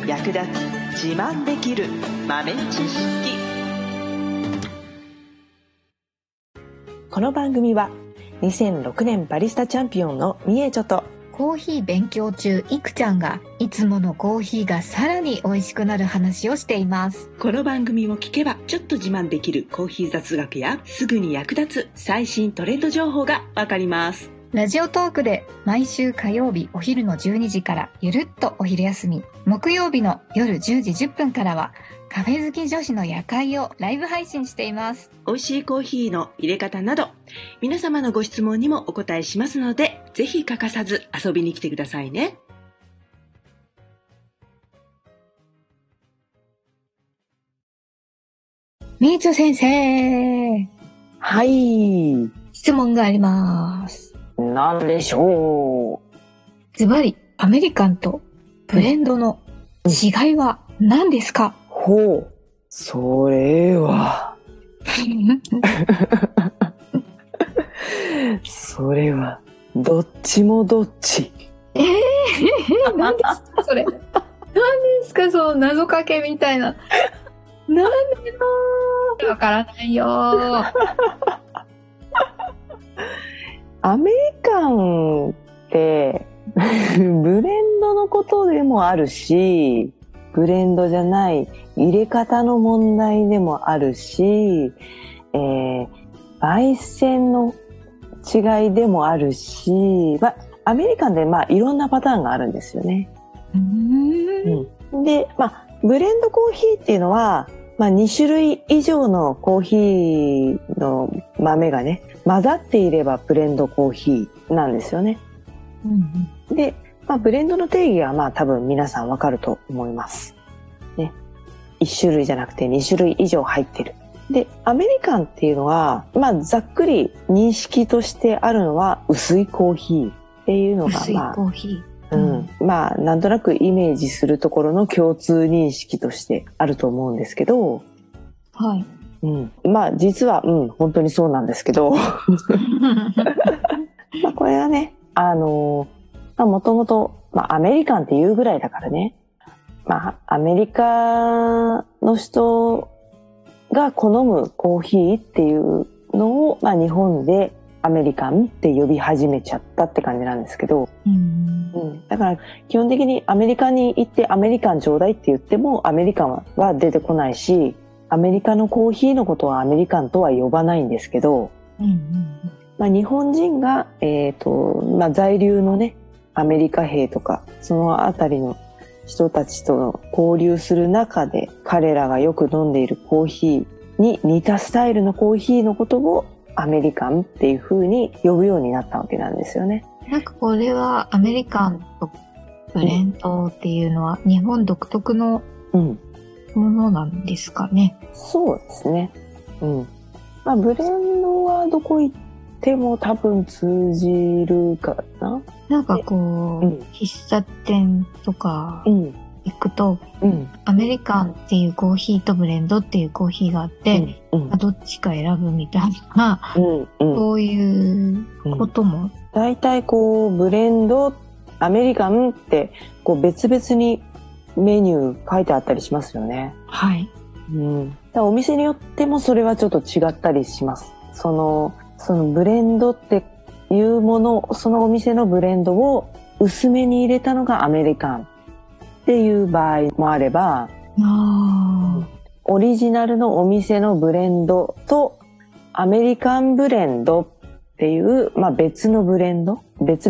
役立つ自慢できる豆知識。この番組は2006年バリスタチャンピオンのみえちょとコーヒー勉強中いくちゃんがいつものコーヒーがさらに美味しくなる話をしています。 この番組を聞けばちょっと自慢できるコーヒー雑学やすぐに役立つ最新トレンド情報がわかります。 ラジオトークで毎週火曜日お昼の12時からゆるっとお昼休み、木曜日の夜10時10分からはカフェ好き女子の夜会をライブ配信しています。 美味しいコーヒーの入れ方など皆様のご質問にもお答えしますので、ぜひ欠かさず遊びに来てくださいね。 みーちょ先生、 はい。 質問があります。 なんでしょズバリアメリカンとブレンドの違いは何ですか？ ほう。それは。それは、どっちもどっち。 何ですかそれ。何ですかその謎かけみたいな。なんでのわからないよ。 アメリカンってブレンドのことでもあるし、ブレンドじゃない入れ方の問題でもあるし、焙煎の違いでもあるし、アメリカンでいろんなパターンがあるんですよね。で、ブレンドコーヒーっていうのは、2種類以上のコーヒーの豆がね混ざっていればブレンドコーヒーなんですよね。で、ブレンドの定義は多分皆さんわかると思います。ね。1種類じゃなくて2種類以上入ってる。で、アメリカンっていうのは、ざっくり認識としてあるのは薄いコーヒーっていうのが、 薄いコーヒー。 なんとなくイメージするところの共通認識としてあると思うんですけど、 はい。 実は、本当にそうなんですけど、これはね、もともと、アメリカンっていうぐらいだからね、アメリカの人が好むコーヒーっていうのを、日本でアメリカンって呼び始めちゃったって感じなんですけど、だから基本的にアメリカに行ってアメリカンちょうだいって言ってもアメリカンは出てこないし、アメリカのコーヒーのことはアメリカンとは呼ばないんですけど、日本人が、在留のねアメリカ兵とかそのあたりの人たちとの交流する中で彼らがよく飲んでいるコーヒーに似たスタイルのコーヒーのことをアメリカンっていう風に呼ぶようになったわけなんですよね。 なんかこれはアメリカンとブレンドっていうのは日本独特のものなんですかね。 そうですね。ブレンドはどこ行っても多分通じるかな。 なんか喫茶店とか行くと、アメリカンっていうコーヒーとブレンドっていうコーヒーがあって、どっちか選ぶみたいな、そういうことも。 大体ブレンド、アメリカンって別々にメニュー書いてあったりしますよね。 はい。 だお店によってもそれはちょっと違ったりします。そのブレンドっていうもの、そのお店のブレンドを薄めに入れたのがアメリカンっていう場合もあれば、オリジナルのお店のブレンドとアメリカンブレンドっていう、別々のブレンド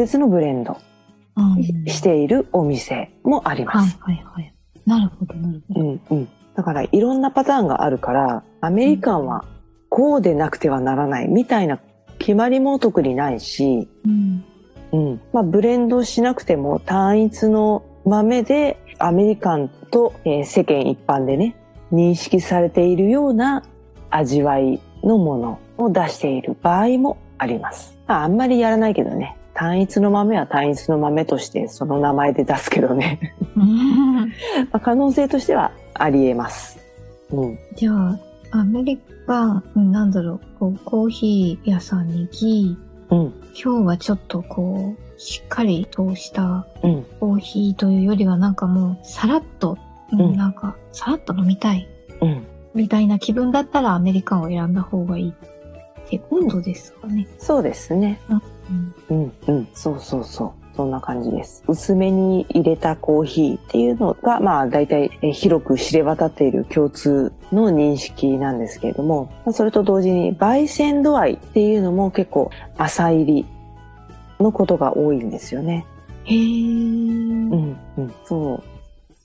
しているお店もあります。 なるほどなるほど。 だからいろんなパターンがあるから、アメリカンはこうでなくてはならないみたいな決まりも特にないし、ブレンドしなくても単一の豆でアメリカンと、世間一般でね認識されているような味わいのものを出している場合もあります。あんまりやらないけどね。単一の豆は単一の豆としてその名前で出すけどね。可能性としてはありえます。 じゃあアメリカコーヒー屋さんに行き、今日はちょっとしっかりとしたコーヒーというよりはもうさらっとなんか、さらっと飲みたい。みたいな気分だったらアメリカンを選んだ方がいいってことですかね。 そうですね。そうそうそう。そんな感じです。薄めに入れたコーヒーっていうのが、まあ大体広く知れ渡っている共通の認識なんですけれども、それと同時に焙煎度合いっていうのも結構浅入りのことが多いんですよね。 へー。 そう。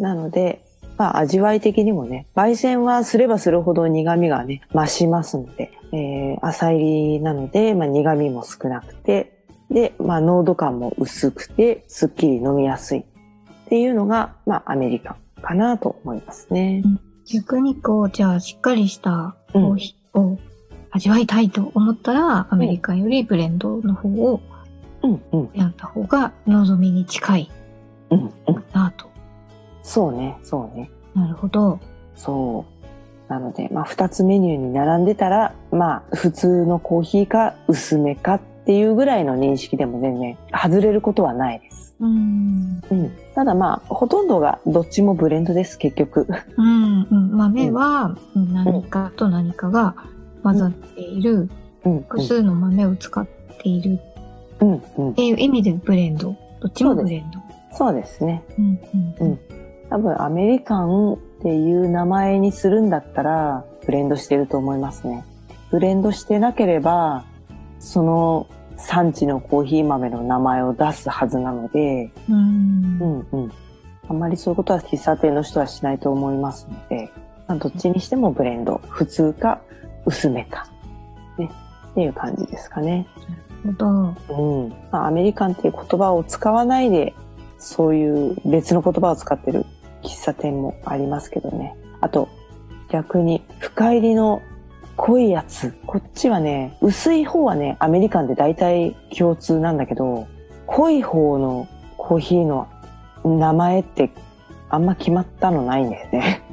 なので、まあ味わい的にもね、焙煎はすればするほど苦味がね、増しますので、浅入りなので、まあ苦味も少なくて、で、まあ濃度感も薄くて、すっきり飲みやすいっていうのが、まあアメリカンかなと思いますね。 逆にこう、じゃあしっかりしたコーヒーを味わいたいと思ったら、アメリカンよりブレンドの方をやった方が望みに近いなと。 そうね、そうね。 なるほど。 そう。なので、まあ2つメニューに並んでたら、まあ普通のコーヒーか薄めかっていうぐらいの認識でも全然外れることはないです。ただまあほとんどがどっちもブレンドです、結局。 豆は何かと何かが混ざっている、複数の豆を使っているっていう意味でブレンド。どっちもブレンド。 そうですね。多分アメリカンっていう名前にするんだったらブレンドしてると思いますね。ブレンドしてなければその産地のコーヒー豆の名前を出すはずなので、あんまりそういうことは喫茶店の人はしないと思いますので、まあ、どっちにしてもブレンド、普通か薄めか、ね、っていう感じですかね。 なるほど。まあ、アメリカンっていう言葉を使わないで、そういう別の言葉を使ってる喫茶店もありますけどね。あと、逆に深入りの濃いやつ。こっちはね、薄い方はね、アメリカンで大体共通なんだけど、濃い方のコーヒーの名前ってあんま決まったのないんだよね。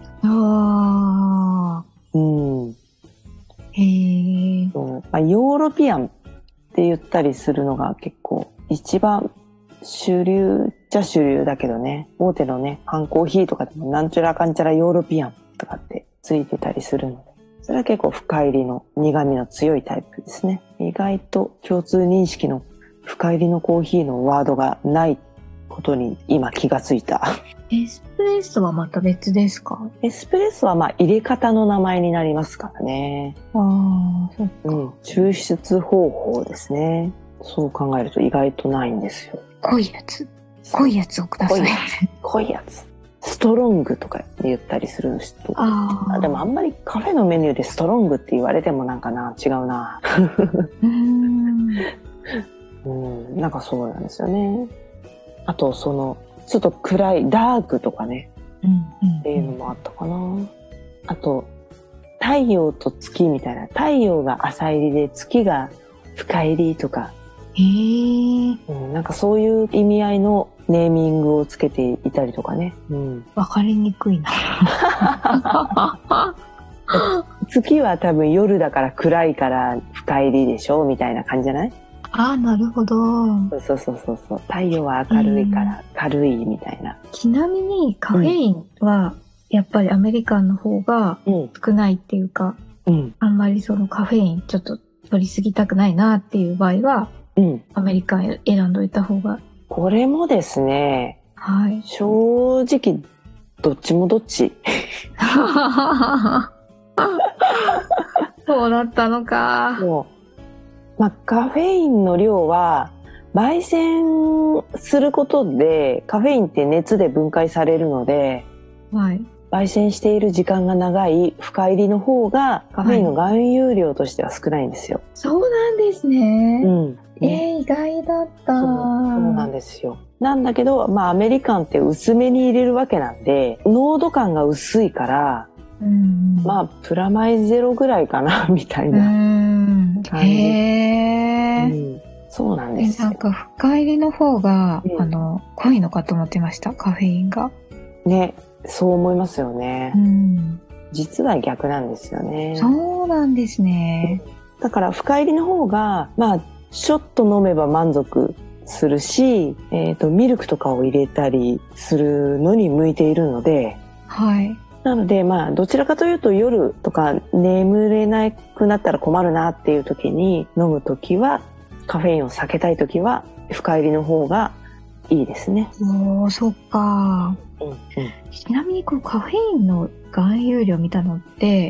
へー。 まあ、ヨーロピアンって言ったりするのが結構一番主流っちゃ主流だけどね。大手のね、缶コーヒーとかでもなんちゃらかんちゃらヨーロピアンとかってついてたりするので。それは結構深入りの苦味の強いタイプですね。意外と共通認識の深入りのコーヒーのワードがないことに今気がついた。 エスプレッソはまた別ですか？ エスプレッソはまあ入れ方の名前になりますからね。 そっか。 抽出方法ですね。そう考えると意外とないんですよ。 濃いやつをください。 濃いやつ。ストロングとか言ったりする人。でもあんまりカフェのメニューでストロングって言われてもなんかな、違うな。なんかそうなんですよね。あとそのちょっと暗いダークとかね、っていうのもあったかな。あと太陽と月みたいな、太陽が浅入りで月が深入りとか、なんかそういう意味合いのネーミングをつけていたりとかね。 わかりにくいな。 月は多分夜だから暗いから深入りでしょみたいな感じじゃない？ なるほど。 そう。太陽は明るいから軽いみたいな。 ちなみにカフェインはやっぱりアメリカンの方が少ないっていうか、あんまりそのカフェインちょっと取りすぎたくないなっていう場合は、アメリカン選んどいた方が。 これもですね、正直どっちもどっち。 そうだったのか。 まあ、カフェインの量は焙煎することでカフェインって熱で分解されるので、焙煎している時間が長い深入りの方がカフェインの含有量としては少ないんですよ。 そうなんですね。意外だった。 そうなんですよ。なんだけど、まあアメリカンって薄めに入れるわけなんで、濃度感が薄いから、まあプラマイゼロぐらいかなみたいな感じ。そうなんですよ。 なんか深入りの方が、濃いのかと思ってました、カフェインが。 ね、そう思いますよね。実は逆なんですよね。 そうなんですね。 だから深入りの方が、まあちょっと飲めば満足するし、ミルクとかを入れたりするのに向いているので、 はい。 なので、どちらかというと夜とか眠れなくなったら困るなっていう時に飲む時は、カフェインを避けたい時は深入りの方がいいですね。 そっか。ちなみにカフェインの含有量みたいなのって、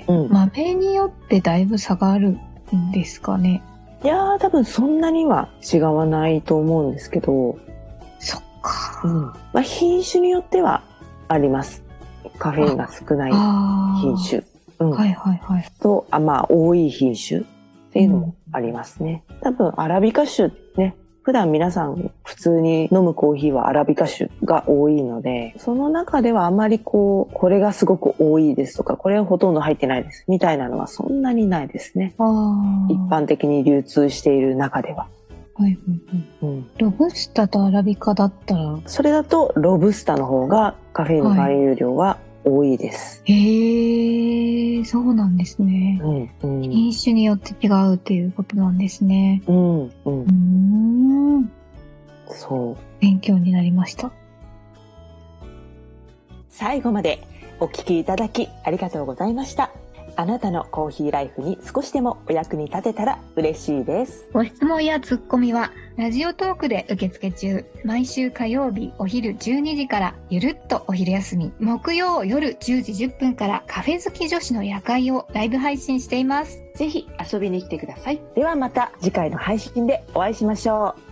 豆によってだいぶ差があるんですかね。 いやー、多分そんなには違わないと思うんですけど。 そっか。 品種によってはあります。カフェインが少ない品種。と、多い品種っていうのもありますね。多分アラビカ種ね。普段皆さん普通に飲むコーヒーはアラビカ種が多いので、その中ではあまりこれがすごく多いですとか、これはほとんど入ってないですみたいなのはそんなにないですね。一般的に流通している中では。 ロブスタとアラビカだったら、 それだとロブスタの方がカフェインの含有量は多いです。 へえ、そうなんですね。品種によって違うっていうことなんですね。 そう。 勉強になりました。 最後までお聞きいただきありがとうございました。あなたのコーヒーライフに少しでもお役に立てたら嬉しいです。 ご質問やツッコミはラジオトークで受付中。毎週火曜日お昼12時からゆるっとお昼休み、木曜夜10時10分からカフェ好き女子の夜会をライブ配信しています。 ぜひ遊びに来てください。ではまた次回の配信でお会いしましょう。